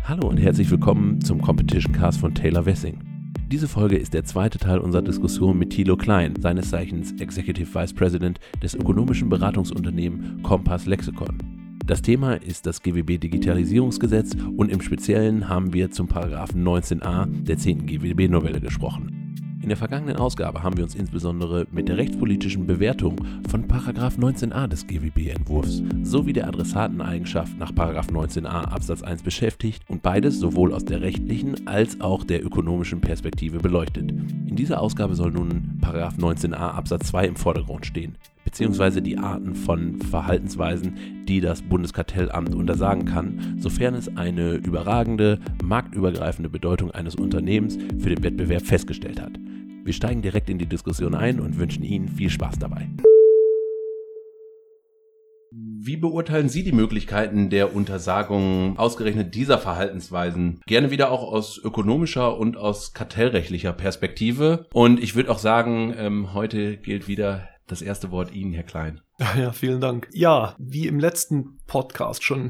Hallo und herzlich willkommen zum Competition Cast von Taylor Wessing. Diese Folge ist der zweite Teil unserer Diskussion mit Thilo Klein, seines Zeichens Executive Vice President des ökonomischen Beratungsunternehmens Compass Lexicon. Das Thema ist das GWB-Digitalisierungsgesetz und im Speziellen haben wir zum Paragraphen 19a der 10. GWB-Novelle gesprochen. In der vergangenen Ausgabe haben wir uns insbesondere mit der rechtspolitischen Bewertung von Paragraph 19a des GWB-Entwurfs sowie der Adressateneigenschaft nach Paragraph 19a Absatz 1 beschäftigt und beides sowohl aus der rechtlichen als auch der ökonomischen Perspektive beleuchtet. In dieser Ausgabe soll nun Paragraph 19a Absatz 2 im Vordergrund stehen, beziehungsweise die Arten von Verhaltensweisen, die das Bundeskartellamt untersagen kann, sofern es eine überragende, marktübergreifende Bedeutung eines Unternehmens für den Wettbewerb festgestellt hat. Wir steigen direkt in die Diskussion ein und wünschen Ihnen viel Spaß dabei. Wie beurteilen Sie die Möglichkeiten der Untersagung ausgerechnet dieser Verhaltensweisen? Gerne wieder auch aus ökonomischer und aus kartellrechtlicher Perspektive. Und ich würde auch sagen, heute gilt wieder das erste Wort Ihnen, Herr Klein. Ja, vielen Dank. Ja, wie im letzten Podcast schon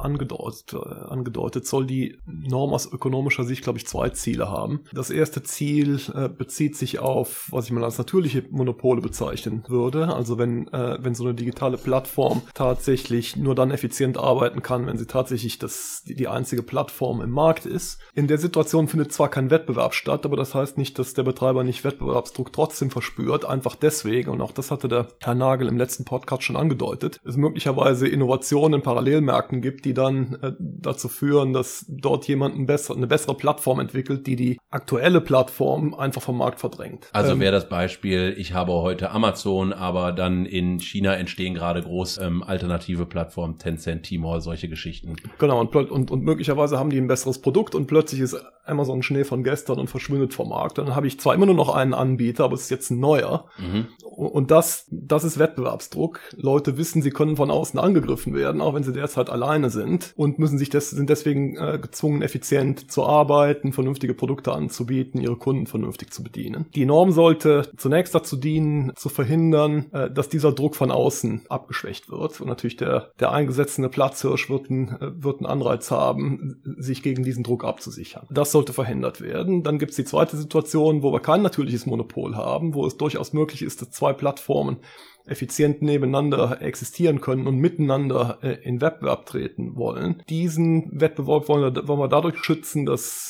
angedeutet, soll die Norm aus ökonomischer Sicht, glaube ich, zwei Ziele haben. Das erste Ziel bezieht sich auf, was ich mal als natürliche Monopole bezeichnen würde. Also wenn so eine digitale Plattform tatsächlich nur dann effizient arbeiten kann, wenn sie tatsächlich die einzige Plattform im Markt ist. In der Situation findet zwar kein Wettbewerb statt, aber das heißt nicht, dass der Betreiber nicht Wettbewerbsdruck trotzdem verspürt. Einfach deswegen, und auch das hatte der Herr Nagel im letzten Podcast schon angedeutet, es möglicherweise Innovationen in Parallelmärkten gibt, die dann dazu führen, dass dort jemand eine bessere Plattform entwickelt, die aktuelle Plattform einfach vom Markt verdrängt. Also wäre das Beispiel, ich habe heute Amazon, aber dann in China entstehen gerade groß alternative Plattformen, Tencent, Tmall, solche Geschichten. Genau, und möglicherweise haben die ein besseres Produkt und plötzlich ist Amazon Schnee von gestern und verschwindet vom Markt. Dann habe ich zwar immer nur noch einen Anbieter, aber es ist jetzt ein neuer. Mhm. Und das ist Wettbewerbsdruck. Leute wissen, sie können von außen angegriffen werden, auch wenn sie derzeit alleine sind und sind deswegen gezwungen, effizient zu arbeiten, vernünftige Produkte anzubieten, ihre Kunden vernünftig zu bedienen. Die Norm sollte zunächst dazu dienen, zu verhindern, dass dieser Druck von außen abgeschwächt wird. Und natürlich der eingesetzte Platzhirsch wird einen Anreiz haben, sich gegen diesen Druck abzusichern. Das sollte verhindert werden. Dann gibt es die zweite Situation, wo wir kein natürliches Monopol haben, wo es durchaus möglich ist, dass zwei Plattformen effizient nebeneinander existieren können und miteinander in Wettbewerb treten wollen. Diesen Wettbewerb wollen wir dadurch schützen, dass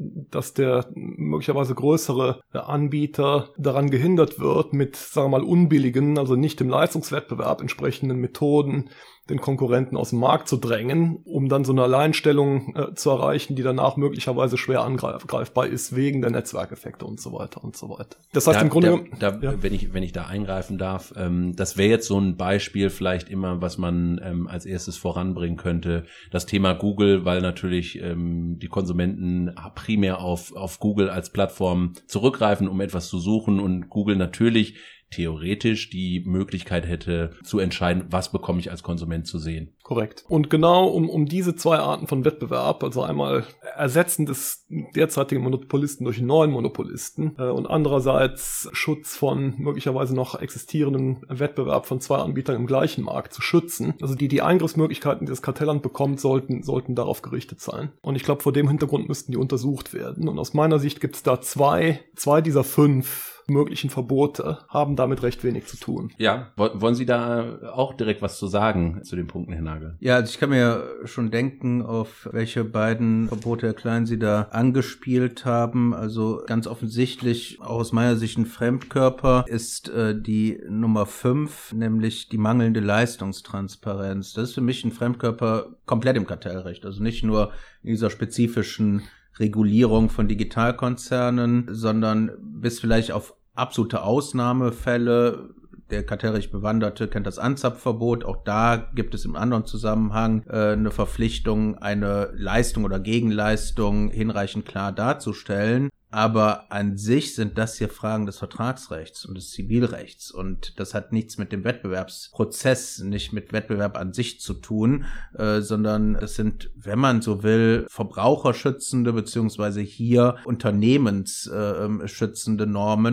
der möglicherweise größere Anbieter daran gehindert wird, mit, sagen wir mal, unbilligen, also nicht im Leistungswettbewerb entsprechenden Methoden den Konkurrenten aus dem Markt zu drängen, um dann so eine Alleinstellung zu erreichen, die danach möglicherweise schwer angreifbar ist, wegen der Netzwerkeffekte und so weiter und so weiter. Das heißt im Grunde... Wenn ich da eingreifen darf, das wäre jetzt so ein Beispiel vielleicht immer, was man als erstes voranbringen könnte. Das Thema Google, weil natürlich die Konsumenten primär auf Google als Plattform zurückgreifen, um etwas zu suchen und Google natürlich theoretisch die Möglichkeit hätte, zu entscheiden, was bekomme ich als Konsument zu sehen. Korrekt. Und genau um diese zwei Arten von Wettbewerb, also einmal Ersetzen des derzeitigen Monopolisten durch einen neuen Monopolisten und andererseits Schutz von möglicherweise noch existierendem Wettbewerb von zwei Anbietern im gleichen Markt zu schützen. Also die Eingriffsmöglichkeiten, die das Kartellamt bekommt, sollten darauf gerichtet sein. Und ich glaube, vor dem Hintergrund müssten die untersucht werden. Und aus meiner Sicht gibt es da zwei dieser 5 möglichen Verbote haben damit recht wenig zu tun. Ja, wollen Sie da auch direkt was zu sagen zu den Punkten, Herr Nagel? Ja, also ich kann mir schon denken, auf welche beiden Verbote, Herr Klein, Sie da angespielt haben. Also ganz offensichtlich, auch aus meiner Sicht ein Fremdkörper, ist die Nummer 5, nämlich die mangelnde Leistungstransparenz. Das ist für mich ein Fremdkörper komplett im Kartellrecht, also nicht nur in dieser spezifischen Regulierung von Digitalkonzernen, sondern bis vielleicht auf absolute Ausnahmefälle. Der kartellrecht Bewanderte kennt das Anzapfverbot. Auch da gibt es im anderen Zusammenhang eine Verpflichtung, eine Leistung oder Gegenleistung hinreichend klar darzustellen. Aber an sich sind das hier Fragen des Vertragsrechts und des Zivilrechts. Und das hat nichts mit dem Wettbewerbsprozess, nicht mit Wettbewerb an sich zu tun, sondern das sind, wenn man so will, verbraucherschützende beziehungsweise hier unternehmensschützende Normen.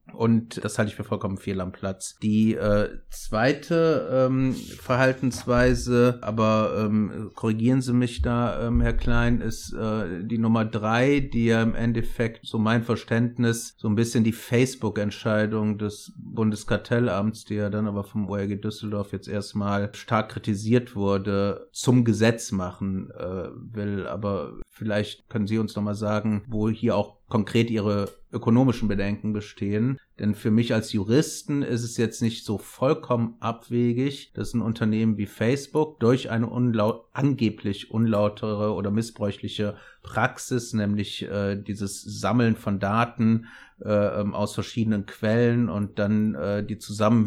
Und das halte ich für vollkommen fehl am Platz. Die zweite Verhaltensweise, aber korrigieren Sie mich da, Herr Klein, ist die Nummer 3, die ja im Endeffekt, so mein Verständnis, so ein bisschen die Facebook-Entscheidung des Bundeskartellamts, die ja dann aber vom OLG Düsseldorf jetzt erstmal stark kritisiert wurde, zum Gesetz machen will. Aber vielleicht können Sie uns noch mal sagen, wo hier auch konkret Ihre ökonomischen Bedenken bestehen. Denn für mich als Juristen ist es jetzt nicht so vollkommen abwegig, dass ein Unternehmen wie Facebook durch eine angeblich unlautere oder missbräuchliche Praxis, nämlich dieses Sammeln von Daten aus verschiedenen Quellen und dann die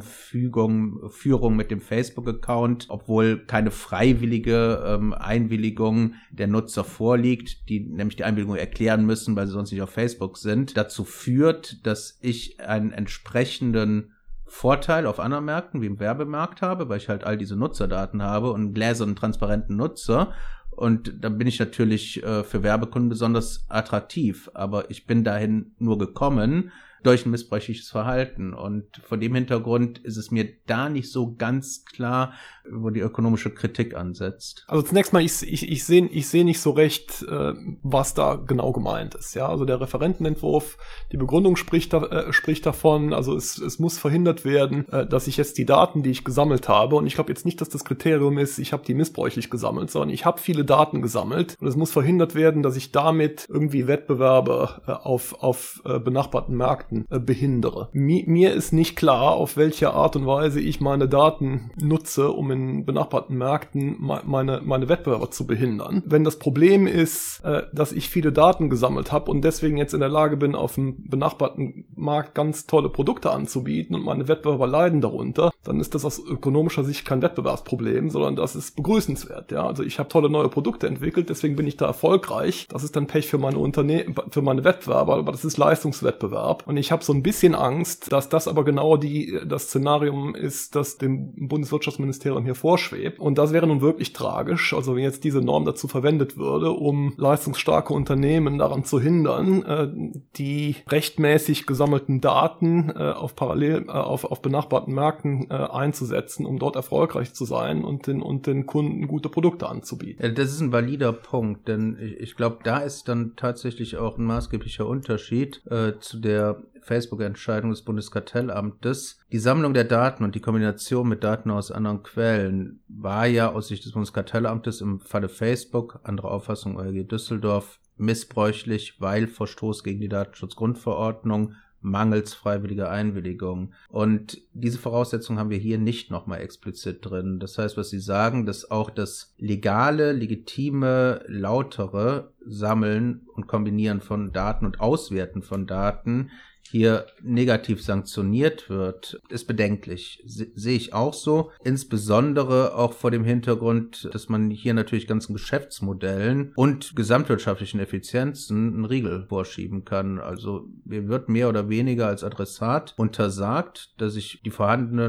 Führung mit dem Facebook-Account, obwohl keine freiwillige Einwilligung der Nutzer vorliegt, die nämlich die Einwilligung erklären müssen, weil sie sonst nicht auf Facebook sind, dazu führt, dass ich einen entsprechenden Vorteil auf anderen Märkten wie im Werbemarkt habe, weil ich halt all diese Nutzerdaten habe und einen gläsernen, transparenten Nutzer. Und dann bin ich natürlich für Werbekunden besonders attraktiv. Aber ich bin dahin nur gekommen durch ein missbräuchliches Verhalten. Und vor dem Hintergrund ist es mir da nicht so ganz klar, wo die ökonomische Kritik ansetzt. Also zunächst mal, ich sehe nicht so recht, was da genau gemeint ist. Ja, also der Referentenentwurf, die Begründung spricht davon, also es muss verhindert werden, dass ich jetzt die Daten, die ich gesammelt habe, und ich glaube jetzt nicht, dass das Kriterium ist, ich habe die missbräuchlich gesammelt, sondern ich habe viele Daten gesammelt und es muss verhindert werden, dass ich damit irgendwie Wettbewerbe auf benachbarten Märkten behindere. Mir ist nicht klar, auf welche Art und Weise ich meine Daten nutze, um in benachbarten Märkten meine Wettbewerber zu behindern. Wenn das Problem ist, dass ich viele Daten gesammelt habe und deswegen jetzt in der Lage bin, auf einem benachbarten Markt ganz tolle Produkte anzubieten und meine Wettbewerber leiden darunter, dann ist das aus ökonomischer Sicht kein Wettbewerbsproblem, sondern das ist begrüßenswert. Ja? Also ich habe tolle neue Produkte entwickelt, deswegen bin ich da erfolgreich. Das ist dann Pech für meine Unternehmen, für meine Wettbewerber, aber das ist Leistungswettbewerb. Und ich habe so ein bisschen Angst, dass das aber genau das Szenarium ist, das dem Bundeswirtschaftsministerium hier vorschwebt. Und das wäre nun wirklich tragisch, also wenn jetzt diese Norm dazu verwendet würde, um leistungsstarke Unternehmen daran zu hindern, die rechtmäßig gesammelten Daten auf benachbarten Märkten einzusetzen, um dort erfolgreich zu sein und den Kunden gute Produkte anzubieten. Ja, das ist ein valider Punkt, denn ich glaube, da ist dann tatsächlich auch ein maßgeblicher Unterschied zu der Facebook-Entscheidung des Bundeskartellamtes. Die Sammlung der Daten und die Kombination mit Daten aus anderen Quellen war ja aus Sicht des Bundeskartellamtes im Falle Facebook, andere Auffassung OLG Düsseldorf, missbräuchlich, weil Verstoß gegen die Datenschutzgrundverordnung, mangels freiwilliger Einwilligung. Und diese Voraussetzung haben wir hier nicht nochmal explizit drin. Das heißt, was Sie sagen, dass auch das legale, legitime, lautere Sammeln und Kombinieren von Daten und Auswerten von Daten hier negativ sanktioniert wird, ist bedenklich. Sehe ich auch so. Insbesondere auch vor dem Hintergrund, dass man hier natürlich ganzen Geschäftsmodellen und gesamtwirtschaftlichen Effizienzen einen Riegel vorschieben kann. Also mir wird mehr oder weniger als Adressat untersagt, dass ich die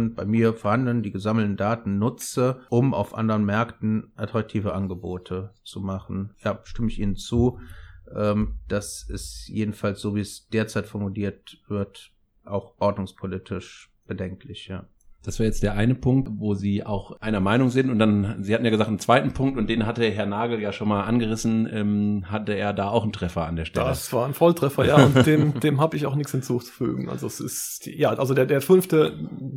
die gesammelten Daten nutze, um auf anderen Märkten attraktive Angebote zu machen. Ja, stimme ich Ihnen zu. Das ist jedenfalls, so wie es derzeit formuliert wird, auch ordnungspolitisch bedenklich, ja. Das wäre jetzt der eine Punkt, wo Sie auch einer Meinung sind. Und dann, Sie hatten ja gesagt, einen zweiten Punkt, und den hatte Herr Nagel ja schon mal angerissen, hatte er da auch einen Treffer an der Stelle. Das war ein Volltreffer, ja, und dem habe ich auch nichts hinzuzufügen. Also es ist, ja, also der fünfte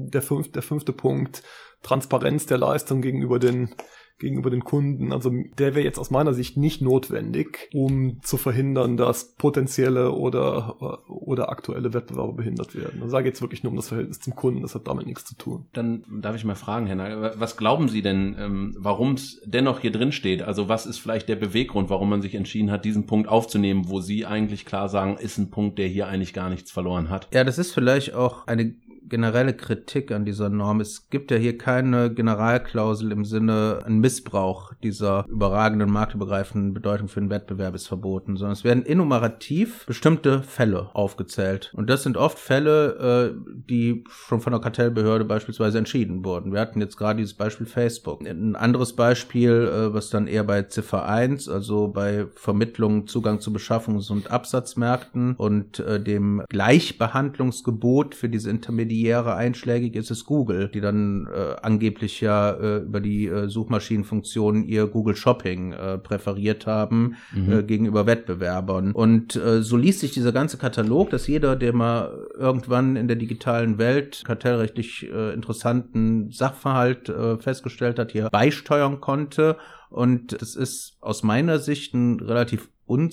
Punkt, Transparenz der Leistung gegenüber den Kunden, also der wäre jetzt aus meiner Sicht nicht notwendig, um zu verhindern, dass potenzielle oder aktuelle Wettbewerber behindert werden. Also da geht es wirklich nur um das Verhältnis zum Kunden, das hat damit nichts zu tun. Dann darf ich mal fragen, Herr Nagel, was glauben Sie denn, warum es dennoch hier drin steht? Also was ist vielleicht der Beweggrund, warum man sich entschieden hat, diesen Punkt aufzunehmen, wo Sie eigentlich klar sagen, ist ein Punkt, der hier eigentlich gar nichts verloren hat? Ja, das ist vielleicht auch eine generelle Kritik an dieser Norm. Es gibt ja hier keine Generalklausel im Sinne, ein Missbrauch dieser überragenden, marktübergreifenden Bedeutung für den Wettbewerb ist verboten, sondern es werden enumerativ bestimmte Fälle aufgezählt. Und das sind oft Fälle, die schon von der Kartellbehörde beispielsweise entschieden wurden. Wir hatten jetzt gerade dieses Beispiel Facebook. Ein anderes Beispiel, was dann eher bei Ziffer 1, also bei Vermittlung, Zugang zu Beschaffungs- und Absatzmärkten und dem Gleichbehandlungsgebot für diese Intermediäre einschlägig ist, es Google, die dann angeblich ja über die Suchmaschinenfunktion ihr Google Shopping präferiert haben gegenüber Wettbewerbern. Und so liest sich dieser ganze Katalog, dass jeder, der mal irgendwann in der digitalen Welt kartellrechtlich interessanten Sachverhalt festgestellt hat, hier beisteuern konnte. Und das ist aus meiner Sicht ein relativ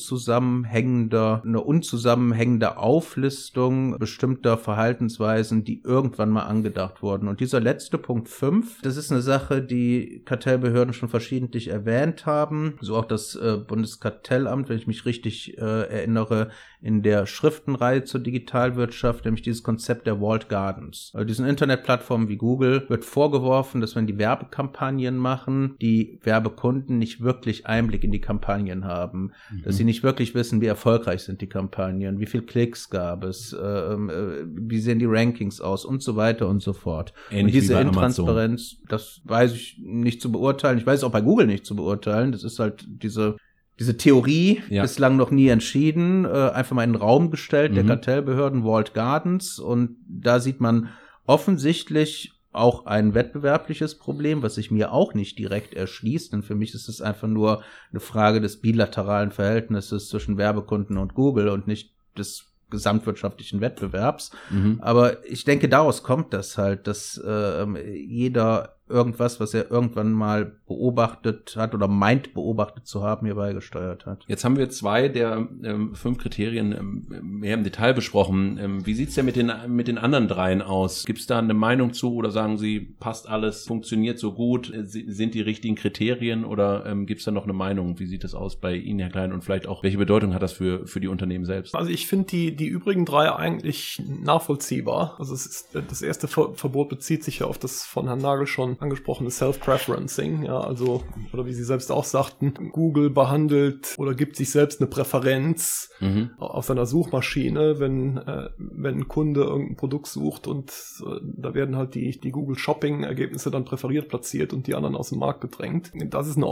eine unzusammenhängende Auflistung bestimmter Verhaltensweisen, die irgendwann mal angedacht wurden. Und dieser letzte Punkt 5, das ist eine Sache, die Kartellbehörden schon verschiedentlich erwähnt haben. So auch das Bundeskartellamt, wenn ich mich richtig erinnere, in der Schriftenreihe zur Digitalwirtschaft, nämlich dieses Konzept der Walled Gardens. Also diesen Internetplattformen wie Google wird vorgeworfen, dass wenn die Werbekampagnen machen, die Werbekunden nicht wirklich Einblick in die Kampagnen haben. Dass sie nicht wirklich wissen, wie erfolgreich sind die Kampagnen, wie viel Klicks gab es, wie sehen die Rankings aus und so weiter und so fort. Ähnlich und diese wie bei Intransparenz, Amazon. Das weiß ich nicht zu beurteilen. Ich weiß es auch bei Google nicht zu beurteilen. Das ist halt diese Theorie, bislang noch nie entschieden, einfach mal in den Raum gestellt, der Kartellbehörden, Walled Gardens. Und da sieht man offensichtlich auch ein wettbewerbliches Problem, was sich mir auch nicht direkt erschließt, denn für mich ist es einfach nur eine Frage des bilateralen Verhältnisses zwischen Werbekunden und Google und nicht des gesamtwirtschaftlichen Wettbewerbs. Aber ich denke, daraus kommt das halt, dass jeder irgendwas, was er irgendwann mal beobachtet hat oder meint beobachtet zu haben, hier beigesteuert hat. Jetzt haben wir 2 der 5 Kriterien mehr im Detail besprochen. Wie sieht's denn mit den anderen 3 aus? Gibt's da eine Meinung zu oder sagen Sie, passt alles, funktioniert so gut, sind die richtigen Kriterien oder gibt's da noch eine Meinung? Wie sieht das aus bei Ihnen, Herr Klein? Und vielleicht auch, welche Bedeutung hat das für die Unternehmen selbst? Also ich finde die übrigen 3 eigentlich nachvollziehbar. Also das erste Verbot bezieht sich ja auf das von Herrn Nagel schon angesprochene Self-Preferencing, ja, also, oder wie Sie selbst auch sagten, Google behandelt oder gibt sich selbst eine Präferenz auf seiner Suchmaschine, wenn ein Kunde irgendein Produkt sucht und da werden halt die Google Shopping-Ergebnisse dann präferiert platziert und die anderen aus dem Markt gedrängt. Das ist eine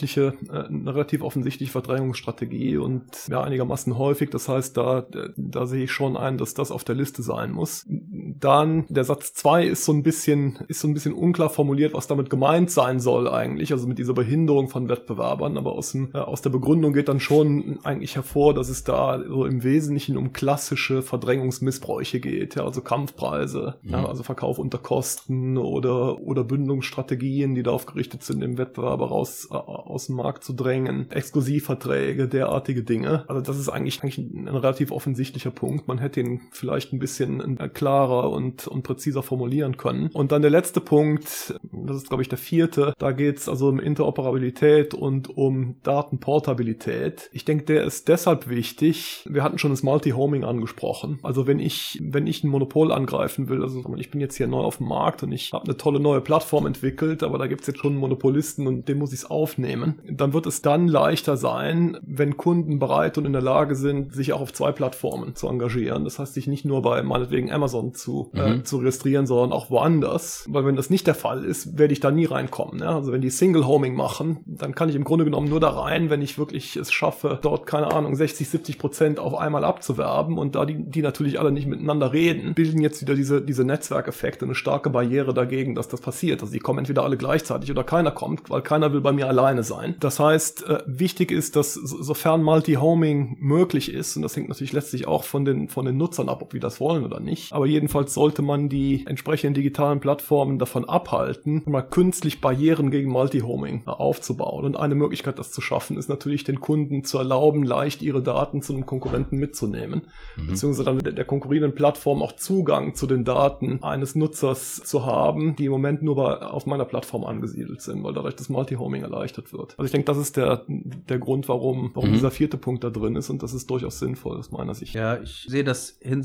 relativ offensichtliche Verdrängungsstrategie und ja, einigermaßen häufig. Das heißt, da sehe ich schon ein, dass das auf der Liste sein muss. Dann, der Satz 2 ist so ein bisschen unklar formuliert, was damit gemeint sein soll eigentlich, also mit dieser Behinderung von Wettbewerbern, aber aus der Begründung geht dann schon eigentlich hervor, dass es da so im Wesentlichen um klassische Verdrängungsmissbräuche geht, ja, also Kampfpreise, ja, also Verkauf unter Kosten oder Bündelungsstrategien, die darauf gerichtet sind, den Wettbewerber aus dem Markt zu drängen, Exklusivverträge, derartige Dinge. Also das ist eigentlich ein relativ offensichtlicher Punkt. Man hätte ihn vielleicht ein bisschen klarer und präziser formulieren können. Und dann der letzte Punkt, das ist, glaube ich, der 4. Da geht es also um Interoperabilität und um Datenportabilität. Ich denke, der ist deshalb wichtig. Wir hatten schon das Multi-Homing angesprochen. Also wenn ich ein Monopol angreifen will, also ich bin jetzt hier neu auf dem Markt und ich habe eine tolle neue Plattform entwickelt, aber da gibt es jetzt schon einen Monopolisten und den muss ich es aufnehmen. Dann wird es dann leichter sein, wenn Kunden bereit und in der Lage sind, sich auch auf 2 Plattformen zu engagieren. Das heißt, sich nicht nur bei meinetwegen Amazon zu registrieren, sondern auch woanders. Weil wenn das nicht der Fall ist, werde ich da nie reinkommen. Ja? Also wenn die Single-Homing machen, dann kann ich im Grunde genommen nur da rein, wenn ich wirklich es schaffe, dort, keine Ahnung, 60-70% auf einmal abzuwerben und da die natürlich alle nicht miteinander reden, bilden jetzt wieder diese Netzwerkeffekte eine starke Barriere dagegen, dass das passiert. Also die kommen entweder alle gleichzeitig oder keiner kommt, weil keiner will bei mir alleine sein. Das heißt, wichtig ist, dass sofern Multi-Homing möglich ist, und das hängt natürlich letztlich auch von den Nutzern ab, ob die das wollen oder nicht, aber jedenfalls sollte man die entsprechenden digitalen Plattformen davon abhalten, mal künstlich Barrieren gegen Multi-Homing aufzubauen. Und eine Möglichkeit, das zu schaffen, ist natürlich den Kunden zu erlauben, leicht ihre Daten zu einem Konkurrenten mitzunehmen, beziehungsweise dann der konkurrierenden Plattform auch Zugang zu den Daten eines Nutzers zu haben, die im Moment nur auf meiner Plattform angesiedelt sind, weil dadurch das Multi-Homing erleichtert wird. Also ich denke, das ist der Grund, warum dieser 4. Punkt da drin ist, und das ist durchaus sinnvoll aus meiner Sicht. Ja, ich sehe das hinsichtlich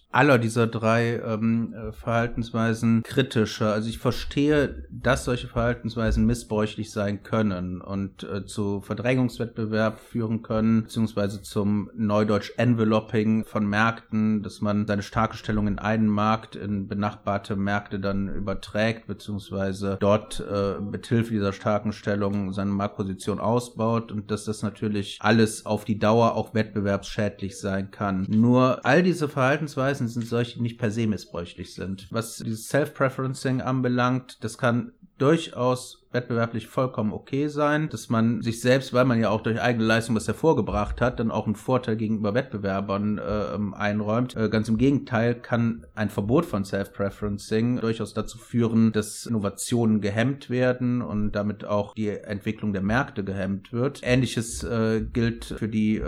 aller dieser drei Verhaltensweisen kritischer. Also ich verstehe, dass solche Verhaltensweisen missbräuchlich sein können und zu Verdrängungswettbewerb führen können, beziehungsweise zum Neudeutsch Enveloping von Märkten, dass man seine starke Stellung in einen Markt in benachbarte Märkte dann überträgt, beziehungsweise dort mithilfe dieser starken Stellung seine Marktposition ausbaut und dass das natürlich alles auf die Dauer auch wettbewerbsschädlich sein kann. Nur all diese Verhaltensweisen sind solche, die nicht per se missbräuchlich sind. Was dieses Self-Preferencing anbelangt, das kann durchaus wettbewerblich vollkommen okay sein, dass man sich selbst, weil man ja auch durch eigene Leistung was hervorgebracht hat, dann auch einen Vorteil gegenüber Wettbewerbern einräumt. Ganz im Gegenteil kann ein Verbot von Self-Preferencing durchaus dazu führen, dass Innovationen gehemmt werden und damit auch die Entwicklung der Märkte gehemmt wird. Ähnliches gilt für die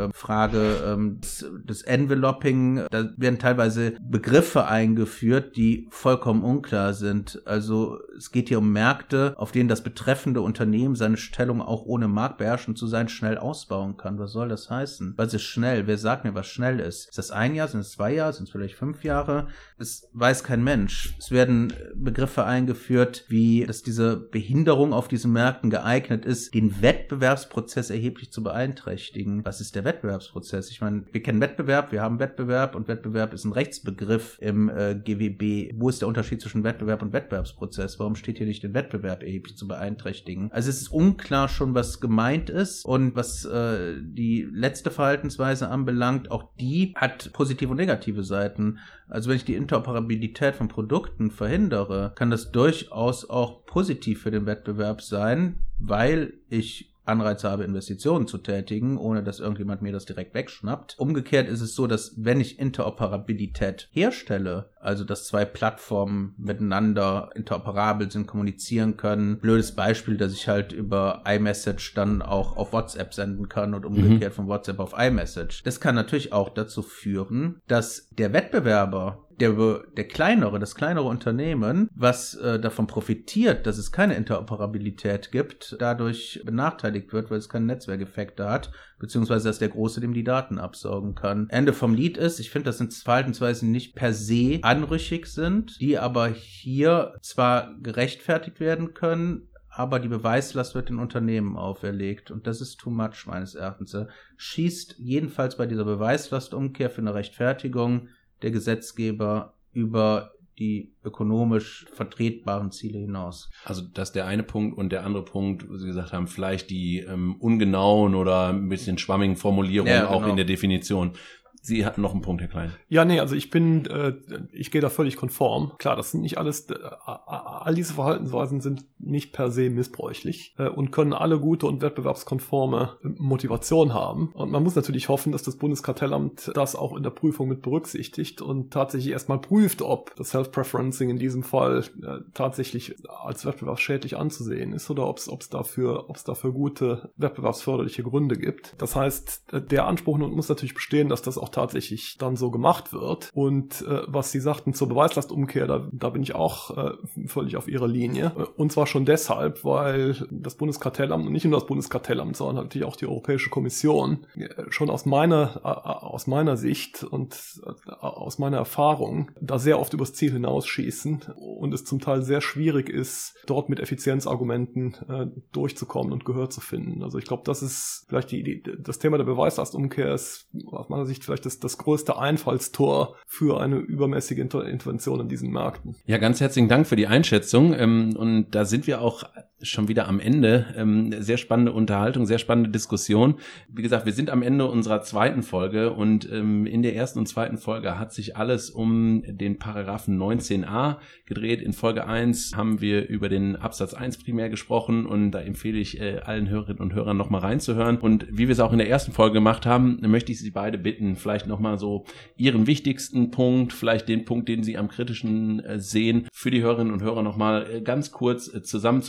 Frage des Enveloping. Da werden teilweise Begriffe eingeführt, die vollkommen unklar sind. Also es geht hier um Märkte, auf denen das betreffende Unternehmen seine Stellung auch ohne marktbeherrschend zu sein schnell ausbauen kann. Was soll das heißen? Was ist schnell? Wer sagt mir, was schnell ist? Ist das 1 Jahr? Sind es 2 Jahre? Sind es vielleicht 5 Jahre? Es weiß kein Mensch. Es werden Begriffe eingeführt, wie dass diese Behinderung auf diesen Märkten geeignet ist, den Wettbewerbsprozess erheblich zu beeinträchtigen. Was ist der Wettbewerbsprozess? Ich meine, wir kennen Wettbewerb, wir haben Wettbewerb und Wettbewerb ist ein Rechtsbegriff im GWB. Wo ist der Unterschied zwischen Wettbewerb und Wettbewerbsprozess? Warum steht hier nicht den Wettbewerb erheblich zu beeinträchtigen? Also es ist unklar schon, was gemeint ist und was die letzte Verhaltensweise anbelangt, auch die hat positive und negative Seiten. Also wenn ich die Interoperabilität von Produkten verhindere, kann das durchaus auch positiv für den Wettbewerb sein, weil ich Anreize habe, Investitionen zu tätigen, ohne dass irgendjemand mir das direkt wegschnappt. Umgekehrt ist es so, dass wenn ich Interoperabilität herstelle, also dass 2 Plattformen miteinander interoperabel sind, kommunizieren können. Blödes Beispiel, dass ich halt über iMessage dann auch auf WhatsApp senden kann und umgekehrt von WhatsApp auf iMessage. Das kann natürlich auch dazu führen, dass der Wettbewerber, das kleinere Unternehmen, was davon profitiert, dass es keine Interoperabilität gibt, dadurch benachteiligt wird, weil es keine Netzwerkeffekte hat, beziehungsweise dass der Große dem die Daten absaugen kann. Ende vom Lied ist, ich finde, das sind Verhaltensweisen, die nicht per se anrüchig sind, die aber hier zwar gerechtfertigt werden können, aber die Beweislast wird den Unternehmen auferlegt und das ist too much meines Erachtens. Schießt jedenfalls bei dieser Beweislastumkehr für eine Rechtfertigung der Gesetzgeber über die ökonomisch vertretbaren Ziele hinaus. Also das ist der eine Punkt und der andere Punkt, wo Sie gesagt haben, vielleicht die ungenauen oder ein bisschen schwammigen Formulierungen auch in der Definition. Sie hatten noch einen Punkt, Herr Klein. Ja, nee, also ich gehe da völlig konform. Klar, das sind nicht alles, all diese Verhaltensweisen sind nicht per se missbräuchlich und können alle gute und wettbewerbskonforme Motivation haben. Und man muss natürlich hoffen, dass das Bundeskartellamt das auch in der Prüfung mit berücksichtigt und tatsächlich erstmal prüft, ob das Self-Preferencing in diesem Fall tatsächlich als wettbewerbsschädlich anzusehen ist oder ob es dafür gute wettbewerbsförderliche Gründe gibt. Das heißt, der Anspruch muss natürlich bestehen, dass das auch tatsächlich dann so gemacht wird. Und was Sie sagten zur Beweislastumkehr, da bin ich auch völlig auf Ihrer Linie. Und zwar schon deshalb, weil das Bundeskartellamt und nicht nur das Bundeskartellamt, sondern natürlich auch die Europäische Kommission schon aus meiner Sicht und aus meiner Erfahrung da sehr oft übers Ziel hinausschießen und es zum Teil sehr schwierig ist, dort mit Effizienzargumenten durchzukommen und Gehör zu finden. Also ich glaube, das ist vielleicht das Thema der Beweislastumkehr ist aus meiner Sicht vielleicht das größte Einfallstor für eine übermäßige Intervention in diesen Märkten. Ja, ganz herzlichen Dank für die Einschätzung. Und da sind wir auch schon wieder am Ende. Sehr spannende Unterhaltung, sehr spannende Diskussion. Wie gesagt, wir sind am Ende unserer zweiten Folge und in der ersten und zweiten Folge hat sich alles um den Paragraphen 19a gedreht. In Folge 1 haben wir über den Absatz 1 primär gesprochen und da empfehle ich allen Hörerinnen und Hörern nochmal reinzuhören. Und wie wir es auch in der ersten Folge gemacht haben, möchte ich Sie beide bitten, vielleicht nochmal so Ihren wichtigsten Punkt, vielleicht den Punkt, den Sie am kritischen sehen, für die Hörerinnen und Hörer nochmal ganz kurz zusammenzufassen.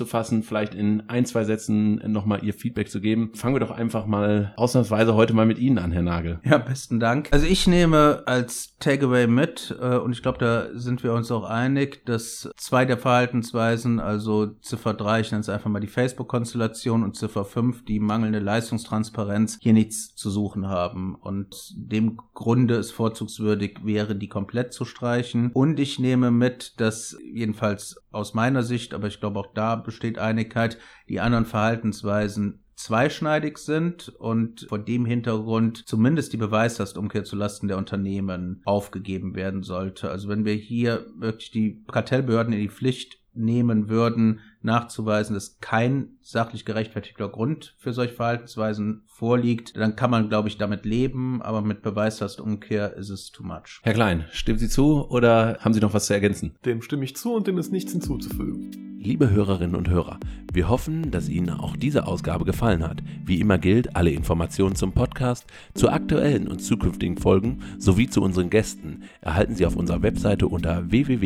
nutzen, vielleicht in 1-2 Sätzen nochmal Ihr Feedback zu geben. Fangen wir doch einfach mal ausnahmsweise heute mal mit Ihnen an, Herr Nagel. Ja, besten Dank. Also ich nehme als Takeaway mit, und ich glaube, da sind wir uns auch einig, dass 2 der Verhaltensweisen, also Ziffer 3, ich nenne es einfach mal die Facebook-Konstellation, und Ziffer 5, die mangelnde Leistungstransparenz, hier nichts zu suchen haben. Und dem Grunde es vorzugswürdig wäre, die komplett zu streichen. Und ich nehme mit, dass jedenfalls aus meiner Sicht, aber ich glaube auch da besteht Einigkeit, die anderen Verhaltensweisen zweischneidig sind und vor dem Hintergrund zumindest die Beweislastumkehr zulasten der Unternehmen aufgegeben werden sollte. Also wenn wir hier wirklich die Kartellbehörden in die Pflicht nehmen würden, nachzuweisen, dass kein sachlich gerechtfertigter Grund für solche Verhaltensweisen vorliegt, dann kann man, glaube ich, damit leben, aber mit Beweislastumkehr ist es too much. Herr Klein, stimmen Sie zu oder haben Sie noch was zu ergänzen? Dem stimme ich zu und dem ist nichts hinzuzufügen. Liebe Hörerinnen und Hörer, wir hoffen, dass Ihnen auch diese Ausgabe gefallen hat. Wie immer gilt, alle Informationen zum Podcast, zu aktuellen und zukünftigen Folgen sowie zu unseren Gästen erhalten Sie auf unserer Webseite unter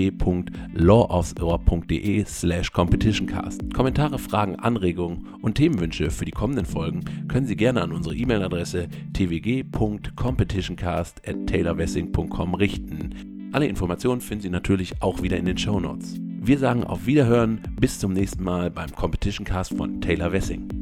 www.lawofthehour.de/competitioncast. Kommentare, Fragen, Anregungen und Themenwünsche für die kommenden Folgen können Sie gerne an unsere E-Mail-Adresse twg.competitioncast@taylorwessing.com richten. Alle Informationen finden Sie natürlich auch wieder in den Shownotes. Wir sagen auf Wiederhören, bis zum nächsten Mal beim Competition Cast von Taylor Wessing.